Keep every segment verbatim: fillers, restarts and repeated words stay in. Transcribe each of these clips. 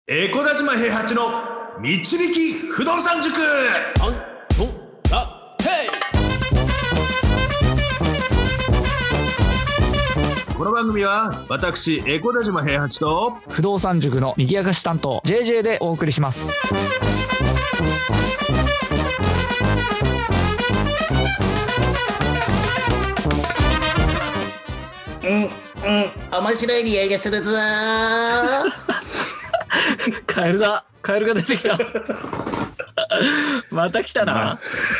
エコダ島平八の導き不動産塾。この番組は私エコダ島平八と不動産塾の右明かし担当 ジェイジェー でお送りします。 うんうん面白い匂いがするぞカエルだ、カエルが出てきたまた来たな、ま、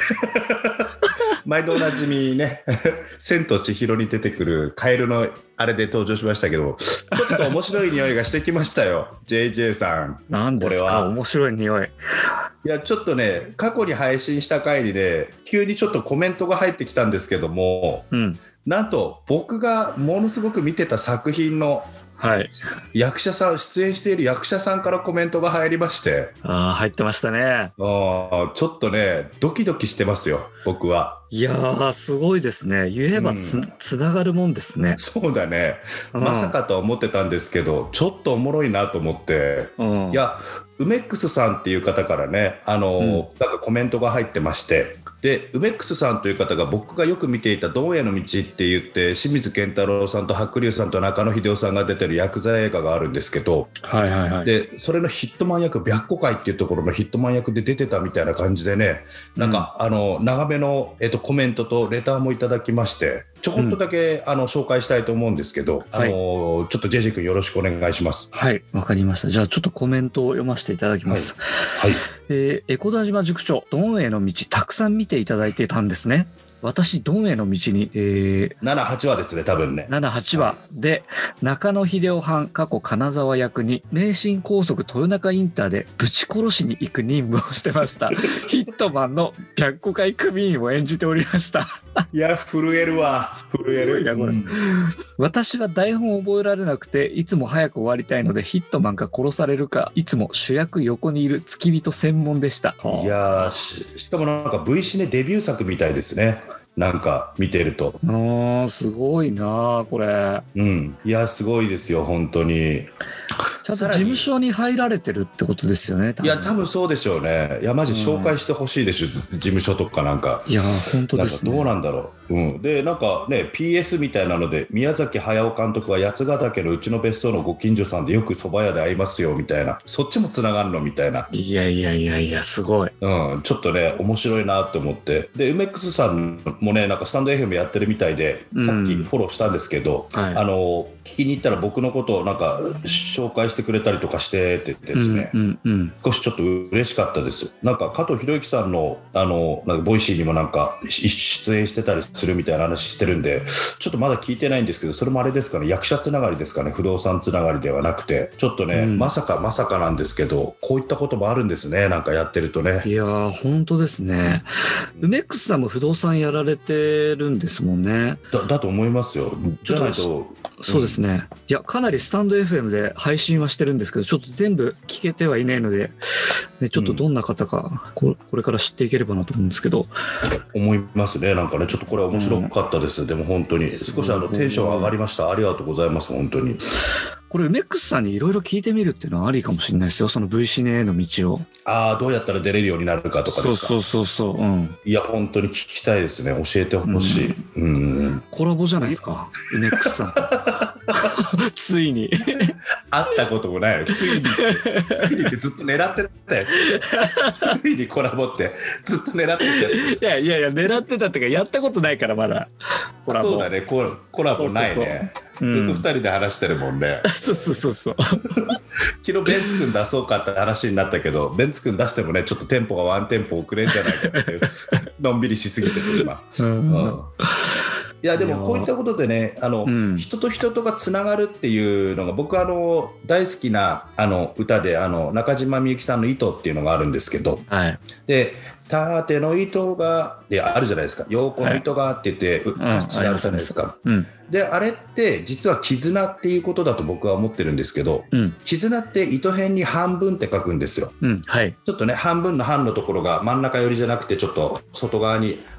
毎度おなじみね千と千尋に出てくるカエルのあれで登場しましたけど、ちょっと面白い匂いがしてきましたよジェイジェー さん。 何ですか面白い匂い。 いやちょっとね、過去に配信した回にね急にちょっとコメントが入ってきたんですけども、うん、なんと僕がものすごく見てた作品の役者さん、出演している役者さんからコメントが入りまして、 あー入ってましたね。 あちょっとねドキドキしてますよ僕は。 いやーすごいですね。言えば つ,、うん、つながるもんですね。 そうだね、まさかとは思ってたんですけど、ちょっとおもろいなと思って、うん、いやウメックスさんっていう方からね、あの、うん、なんかコメントが入ってまして、でウメックスさんという方が僕がよく見ていたドンへの道って言って清水健太郎さんと白龍さんと中野秀夫さんが出てるヤクザ映画があるんですけど、はいはいはい、でそれのヒットマン役、白虎会っていうところのヒットマン役で出てたみたいな感じでね、なんか、うん、あの長めの、えっと、コメントとレターもいただきまして、ちょこっとだけ、うん、あの紹介したいと思うんですけど、はい、あのちょっと ジェイジェー 君よろしくお願いします。 はい、わかりました。じゃあちょっとコメントを読ませていただきます。はい、はい、えー、エコダ島塾長、ドンへの道たくさん見ていただいてたんですね。私ドンへの道に、えー、 なな、はちわですね多分ね。 なな、はちわで中野秀夫藩過去金沢役に名神高速豊中インターでぶち殺しに行く任務をしてましたヒットマンの白虎会組員を演じておりましたいや震えるわ震える。 これ、うん、私は台本を覚えられなくていつも早く終わりたいのでヒットマンが殺されるかいつも主役横にいる付き人専門でした。 いや し, しかもなんか V シネデビュー作みたいですね、なんか見てると。 あーすごいなこれ。 うん、いやすごいですよ本当に。 ちゃんと事務所に入られてるってことですよね。 いや多分そうでしょうね。いやマジ紹介してほしいでしょ、うん、事務所とかなんか。 いや本当ですね。 なんかどうなんだろう、うん、でなんかね ピーエス みたいなので宮崎駿監督は八ヶ岳のうちの別荘のご近所さんでよく蕎麦屋で会いますよみたいな、そっちもつながるのみたいな。 いやいやいやいやすごい、 うん、ちょっとね面白いなと思って。でウメックスさんもねなんかスタンド エフエム やってるみたいで、うん、さっきフォローしたんですけど、はい、あの聞きに行ったら僕のことをなんか紹介してくれたりとかしてって言ってですね、うんうんうん、少しちょっと嬉しかったです。なんか加藤博之さんのあのなんかボイシーにもなんか出演してたりするみたいな話してるんで、ちょっとまだ聞いてないんですけど、それもあれですかね、役者つながりですかね、不動産つながりではなくて、ちょっとね、うん、まさかまさかなんですけど、こういったこともあるんですね、なんかやってるとね。 いやー本当ですね。ウメックスさんも不動産やられてるんですもんね。 だ, だと思いますよ。じゃないと。 そうですね、うん、いやかなりスタンド エフエム で配信はしてるんですけど、ちょっと全部聞けてはいないので、ね、ちょっとどんな方かこれから知っていければなと思うんですけど、 思いますね。なんかねちょっとこれは面白かったです、うん、でも本当に少しあのテンション上がりました。ありがとうございます本当に。 これウメックスさんにいろいろ聞いてみるっていうのはありかもしれないですよ、その V シネへの道を。 ああどうやったら出れるようになるかとかですか。 そうそうそうそう、うん、いや本当に聞きたいですね、教えてほしい、うんうん、 コラボじゃないですかウメックスさんついに会ったこともないのについについにってずっと狙ってたよついにコラボってずっと狙ってたよ。いやいやいや狙ってたってかやったことないからまだコラボ。そうだね コ, コラボないね。そうそうそう、うん、ずっとふたりで話してるもんねそうそうそうそう昨日ベンツ君出そうかって話になったけど、ベンツ君出してもねちょっとテンポがワンテンポ遅れんじゃないかっていうのんびりしすぎてる今、うんうん、いやでもこういったことでねあの、うん、人と人とがつながるっていうのが僕あの大好きなあの歌であの中島みゆきさんの糸っていうのがあるんですけど、はい、で縦の糸がであるじゃないですか、横の糸がって言って、はい、歌詞があるじゃないですか、うん、であれって実は絆っていうことだと僕は思ってるんですけど、うん、絆って糸辺に半分って書くんですよ、うんはい、ちょっとね半分の半のところが真ん中寄りじゃなくてちょっと外側に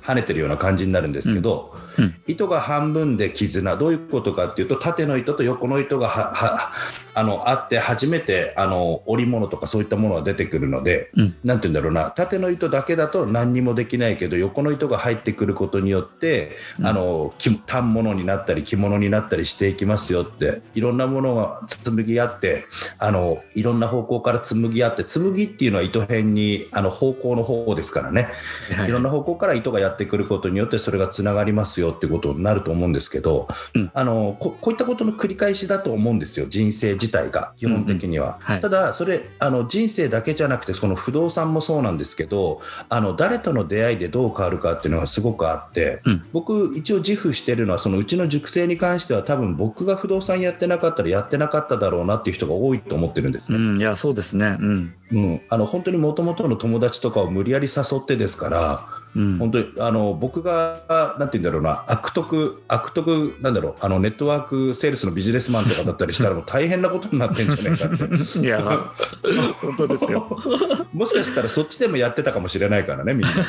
跳ねてるような感じになるんですけど、うんうん、糸が半分で絆、どういうことかっていうと縦の糸と横の糸がははあのあって初めてあの織物とかそういったものが出てくるので、うん、なんて言うんだろうな、縦の糸だけだと何にもできないけど横の糸が入ってくることによって、うん、あの反物になったり着物になったりしていきますよって、いろんなものが紡ぎ合ってあのいろんな方向から紡ぎ合って、紡ぎっていうのは糸辺にあの方向の方ですからね、はい、いろんな方向から糸がやってくることによってそれがつながりますよっていうことになると思うんですけど、うん、あの こ, こういったことの繰り返しだと思うんですよ、人生自体が基本的には、うんうんはい、ただそれあの人生だけじゃなくてその不動産もそうなんですけど、あの誰との出会いでどう変わるかっていうのがすごくあって、うん、僕一応自負してるのはそのうちの塾生に関しては多分僕が不動産やってなかったらやってなかっただろうなっていう人が多いと思ってるんですね、 うん、いやそうですね、うんうん、あの本当に元々の友達とかを無理やり誘ってですから、うん、本当にあの僕がなんて言うんだろうな、悪徳悪徳なんだろう、あのネットワークセールスのビジネスマンとかだったりしたらもう大変なことになってんじゃないかっていや本当ですよもしかしたらそっちでもやってたかもしれないからね、みんなね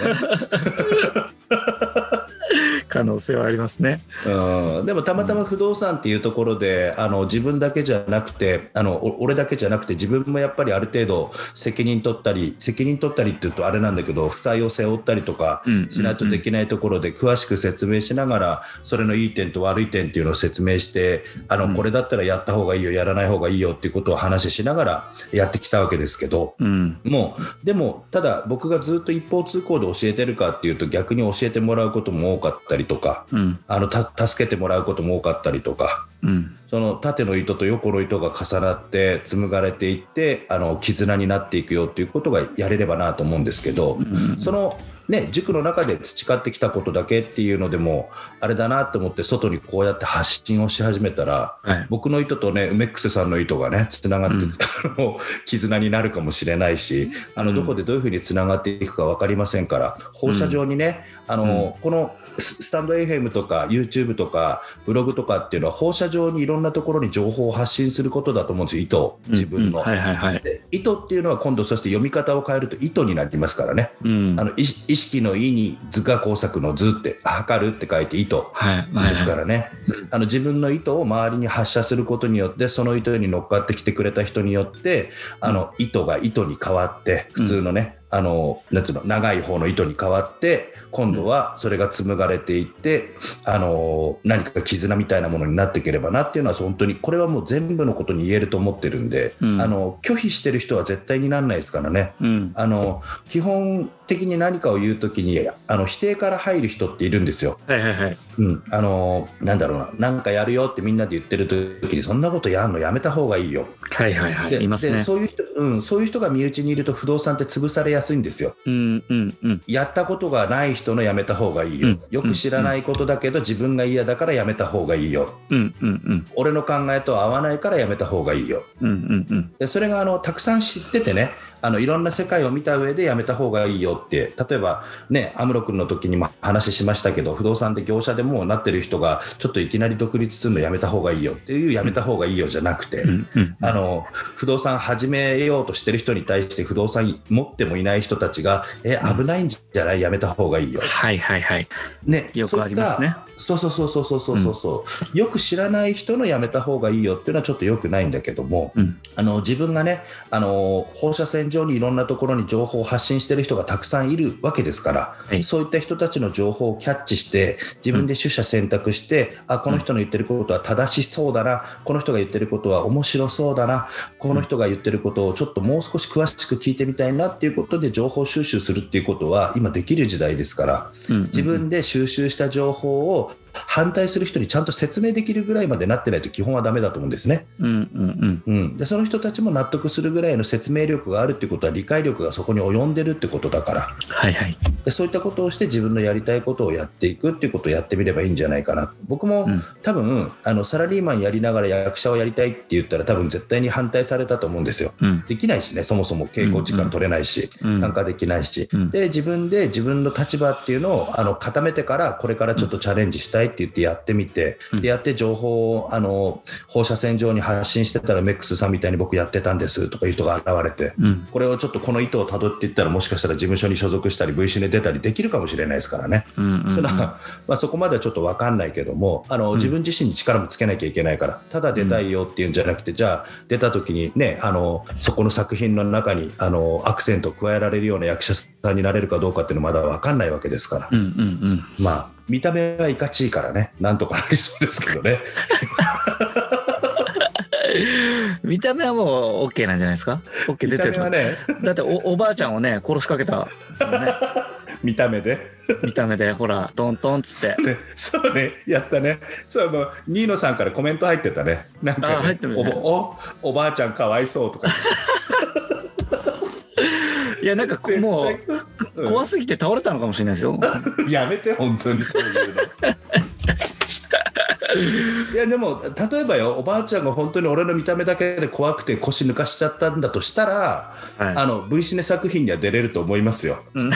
可能性はありますね、 うん、でもたまたま不動産っていうところで、あの自分だけじゃなくてあの俺だけじゃなくて自分もやっぱりある程度責任取ったり責任取ったりっていうとあれなんだけど、負債を背負ったりとかしないとできないところで詳しく説明しながら、それのいい点と悪い点っていうのを説明して、あのこれだったらやった方がいいよやらない方がいいよっていうことを話しながらやってきたわけですけど、うん、もうでもただ僕がずっと一方通行で教えてるかっていうと逆に教えてもらうことも多かったりとか、うん、あのた助けてもらうことも多かったりとか、うん、その縦の糸と横の糸が重なって紡がれていってあの絆になっていくよっていうことがやれればなと思うんですけど、うん、そのね、塾の中で培ってきたことだけっていうのでもあれだなと思って外にこうやって発信をし始めたら、はい、僕の糸とね梅ックスさんの糸がねつながって、うん、絆になるかもしれないし、あのどこでどういうふうにつながっていくか分かりませんから、放射状にね、うん、あのうん、このスタンド エフエム とか YouTube とかブログとかっていうのは放射状にいろんなところに情報を発信することだと思うんですよ、糸自分の、うんうんはいはいはい、で糸っていうのは今度そして読み方を変えると糸になりますからね、うん、あの意識の意に図画工作の図って測るって書いて糸ですからね、はいはいはい、あの自分の糸を周りに発射することによってその糸に乗っかってきてくれた人によってあの糸が糸に変わって普通のね、うん、あのなんていうの長い方の糸に変わって今度はそれが紡がれていって、あの何か絆みたいなものになっていければなっていうのは本当にこれはもう全部のことに言えると思ってるんで、うん、あの拒否してる人は絶対になんないですからね、うん、あの基本的に何かを言うときにあの否定から入る人っているんですよ、はいはいはいうん、あのなんだろうな、なんかやるよってみんなで言ってるときにそんなことやんのやめた方がいいよ、はいはいはい、でいますね、でそういう人、うん、そういう人が身内にいると不動産って潰されやすいんですよ、うんうんうん、やったことがない人のやめた方がいいよ、うん、よく知らないことだけど自分が嫌だからやめた方がいいよ、うんうんうん、俺の考えと合わないからやめた方がいいよ、うんうんうん、でそれがあのたくさん知っててね、あのいろんな世界を見た上でやめた方がいいよって、例えばねアムロ君の時にも話しましたけど、不動産で業者でもうなってる人がちょっといきなり独立するのやめた方がいいよっていうやめた方がいいよじゃなくて、うんうん、あの不動産始めようとしてる人に対して不動産持ってもいない人たちがえ危ないんじゃない、やめた方がいいよ、はいはいはい、ね、よくありますね。そうそうそうそうそうそうそう、うん、よく知らない人のやめた方がいいよっていうのはちょっと良くないんだけども、うん、あの自分がねあの放射線上にいろんなところに情報を発信してる人がたくさんいるわけですから、はい、そういった人たちの情報をキャッチして自分で取捨選択して、うん、あこの人の言ってることは正しそうだな、この人が言ってることは面白そうだな、この人が言ってることをちょっともう少し詳しく聞いてみたいなっていうことで情報収集するっていうことは今できる時代ですから、うんうんうん、自分で収集した情報を反対する人にちゃんと説明できるぐらいまでなってないと基本はダメだと思うんですね、うんうんうんうん、でその人たちも納得するぐらいの説明力があるってことは理解力がそこに及んでるってことだから、はいはい、でそういったことをして自分のやりたいことをやっていくっていうことをやってみればいいんじゃないかな。僕も、うん、多分あのサラリーマンやりながら役者をやりたいって言ったら多分絶対に反対されたと思うんですよ、うん、できないしね、そもそも稽古時間取れないし、うんうん、参加できないし、うん、で自分で自分の立場っていうのをあの固めてからこれからちょっとチャレンジしたいさいって言ってやってみて、うん、でやって情報をあの放射線上に発信してたらメックスさんみたいに僕やってたんですとかいう人が現れて、うん、これをちょっとこの意図をたどっていったらもしかしたら事務所に所属したり ブイシネ出たりできるかもしれないですからね、うんうんうん、それは、まあ、そこまではちょっと分かんないけどもあの、うん、自分自身に力もつけなきゃいけないからただ出たいよっていうんじゃなくて、うん、じゃあ出た時にねあのそこの作品の中にあのアクセントを加えられるような役者さんになれるかどうかっていうのはまだ分かんないわけですから、うんうんうん、まあ見た目はいかちいからねなんとかなりそうですけどね見た目はもう OK なんじゃないですか OK 出てる、ね、だって お, おばあちゃんをね殺しかけたその、ね、 見た目で見た目でほらトントンっつって、 ね、そうねやったねそうもうニーノさんからコメント入ってたねなんか、ね、 あ入ってるねお, お, おばあちゃんかわいそうとかいやなんかもう怖すぎて倒れたのかもしれないですよやめて本当にそういうのいやでも例えばよおばあちゃんが本当に俺の見た目だけで怖くて腰抜かしちゃったんだとしたら、はい、あの ブイシネ作品には出れると思いますよ、うん、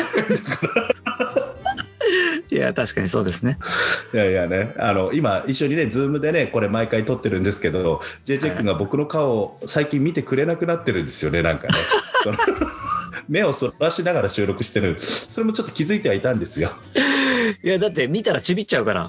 いや確かにそうですねいやいやねあの今一緒にねズームでねこれ毎回撮ってるんですけど ジェイジェイ 君が僕の顔を最近見てくれなくなってるんですよねなんかね目をそらしながら収録してるそれもちょっと気づいてはいたんですよいやだって見たらちびっちゃうから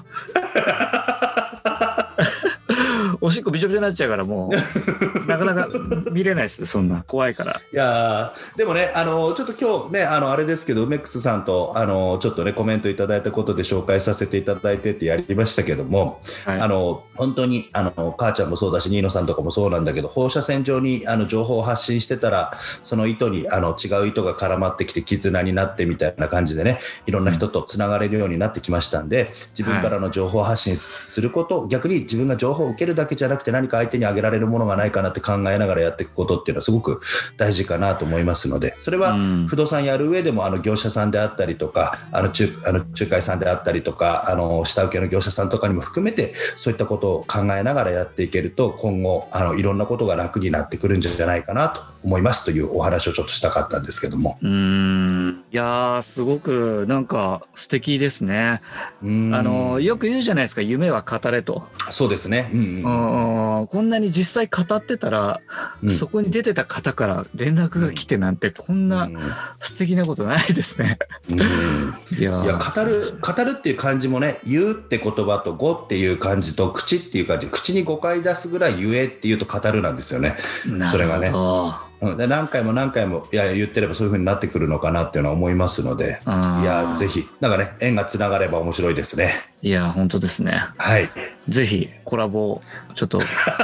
おしっこびちょびちょになっちゃうからもうなかなか見れないですそんな怖いからいやでもねあのちょっと今日ねあのあれですけど梅楠さんとあのちょっとねコメントいただいたことで紹介させていただいてってやりましたけども、はい、あの本当にあの母ちゃんもそうだしニーノさんとかもそうなんだけど放射線上にあの情報を発信してたらその糸にあの違う糸が絡まってきて絆になってみたいな感じでねいろんな人とつながれるようになってきましたんで自分からの情報発信すること、はい、逆に自分が情報を受けるだけじゃなくて何か相手にあげられるものがないかなって考えながらやっていくことっていうのはすごく大事かなと思いますのでそれは不動産やる上でもあの業者さんであったりとかあの 仲, あの仲介さんであったりとかあの下請けの業者さんとかにも含めてそういったことを考えながらやっていけると今後あのいろんなことが楽になってくるんじゃないかなと思いますというお話をちょっとしたかったんですけども。 うーんいやすごくなんか素敵ですね。うんあのよく言うじゃないですか夢は語れと。 そうですね、うんうんうん、こんなに実際語ってたら、うん、そこに出てた方から連絡が来てなんてこんな素敵なことないですね、うん、 いや、いや語る語るっていう漢字もね言うって言葉と語っていう漢字と口っていう漢字口にごかい出すぐらい言えっていうと語るなんですよねそれがねうん、で何回も何回もいや言ってればそういう風になってくるのかなっていうのは思いますのでいやぜひなんかね縁がつながれば面白いですね。 いや本当ですね。 はいぜひコラボちょっと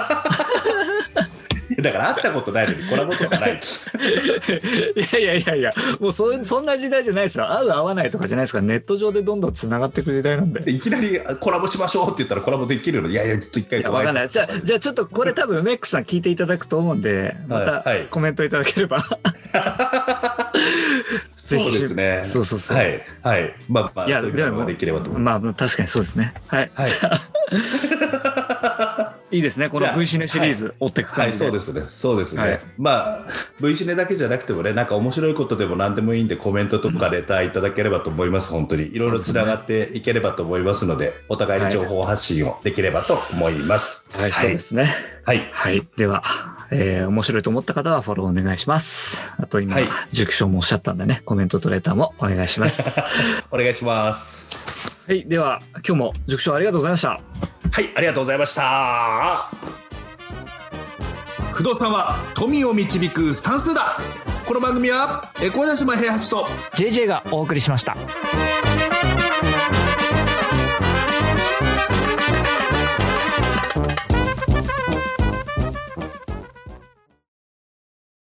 だから会ったことないのにコラボとかないいやいやいやいやもう そ, そんな時代じゃないですよ。会う会わないとかじゃないですからネット上でどんどんつながっていく時代なんでいきなりコラボしましょうって言ったらコラボできるのいやいやちょっと一回怖いです。じゃあじゃあちょっとこれ多分メックさん聞いていただくと思うんでまたコメントいただければ、はい、 そうですねそうそうそうはいはいまあまあそういうのができればと思います。 まあ確かにそうですねはい、はい、じゃあいいですねこの ブイシネシリーズ追っていく感じで、 はい、はい、そうですねそうですね、はい、まあ ブイシネだけじゃなくてもねなんか面白いことでも何でもいいんでコメントとかレターいただければと思います、うん、本当にいろいろつながっていければと思いますので、ね、お互いに情報発信をできればと思いますはい、はい、そうですねはい、はい、では、えー、面白いと思った方はフォローお願いします。あと今、はい、塾長もおっしゃったんでねコメントとレターもお願いしますお願いします。 はい、では今日も塾長ありがとうございました。 はい、ありがとうございました。不動産は富を導く算数だ。この番組は小田島平八とジェイジェイ がお送りしました。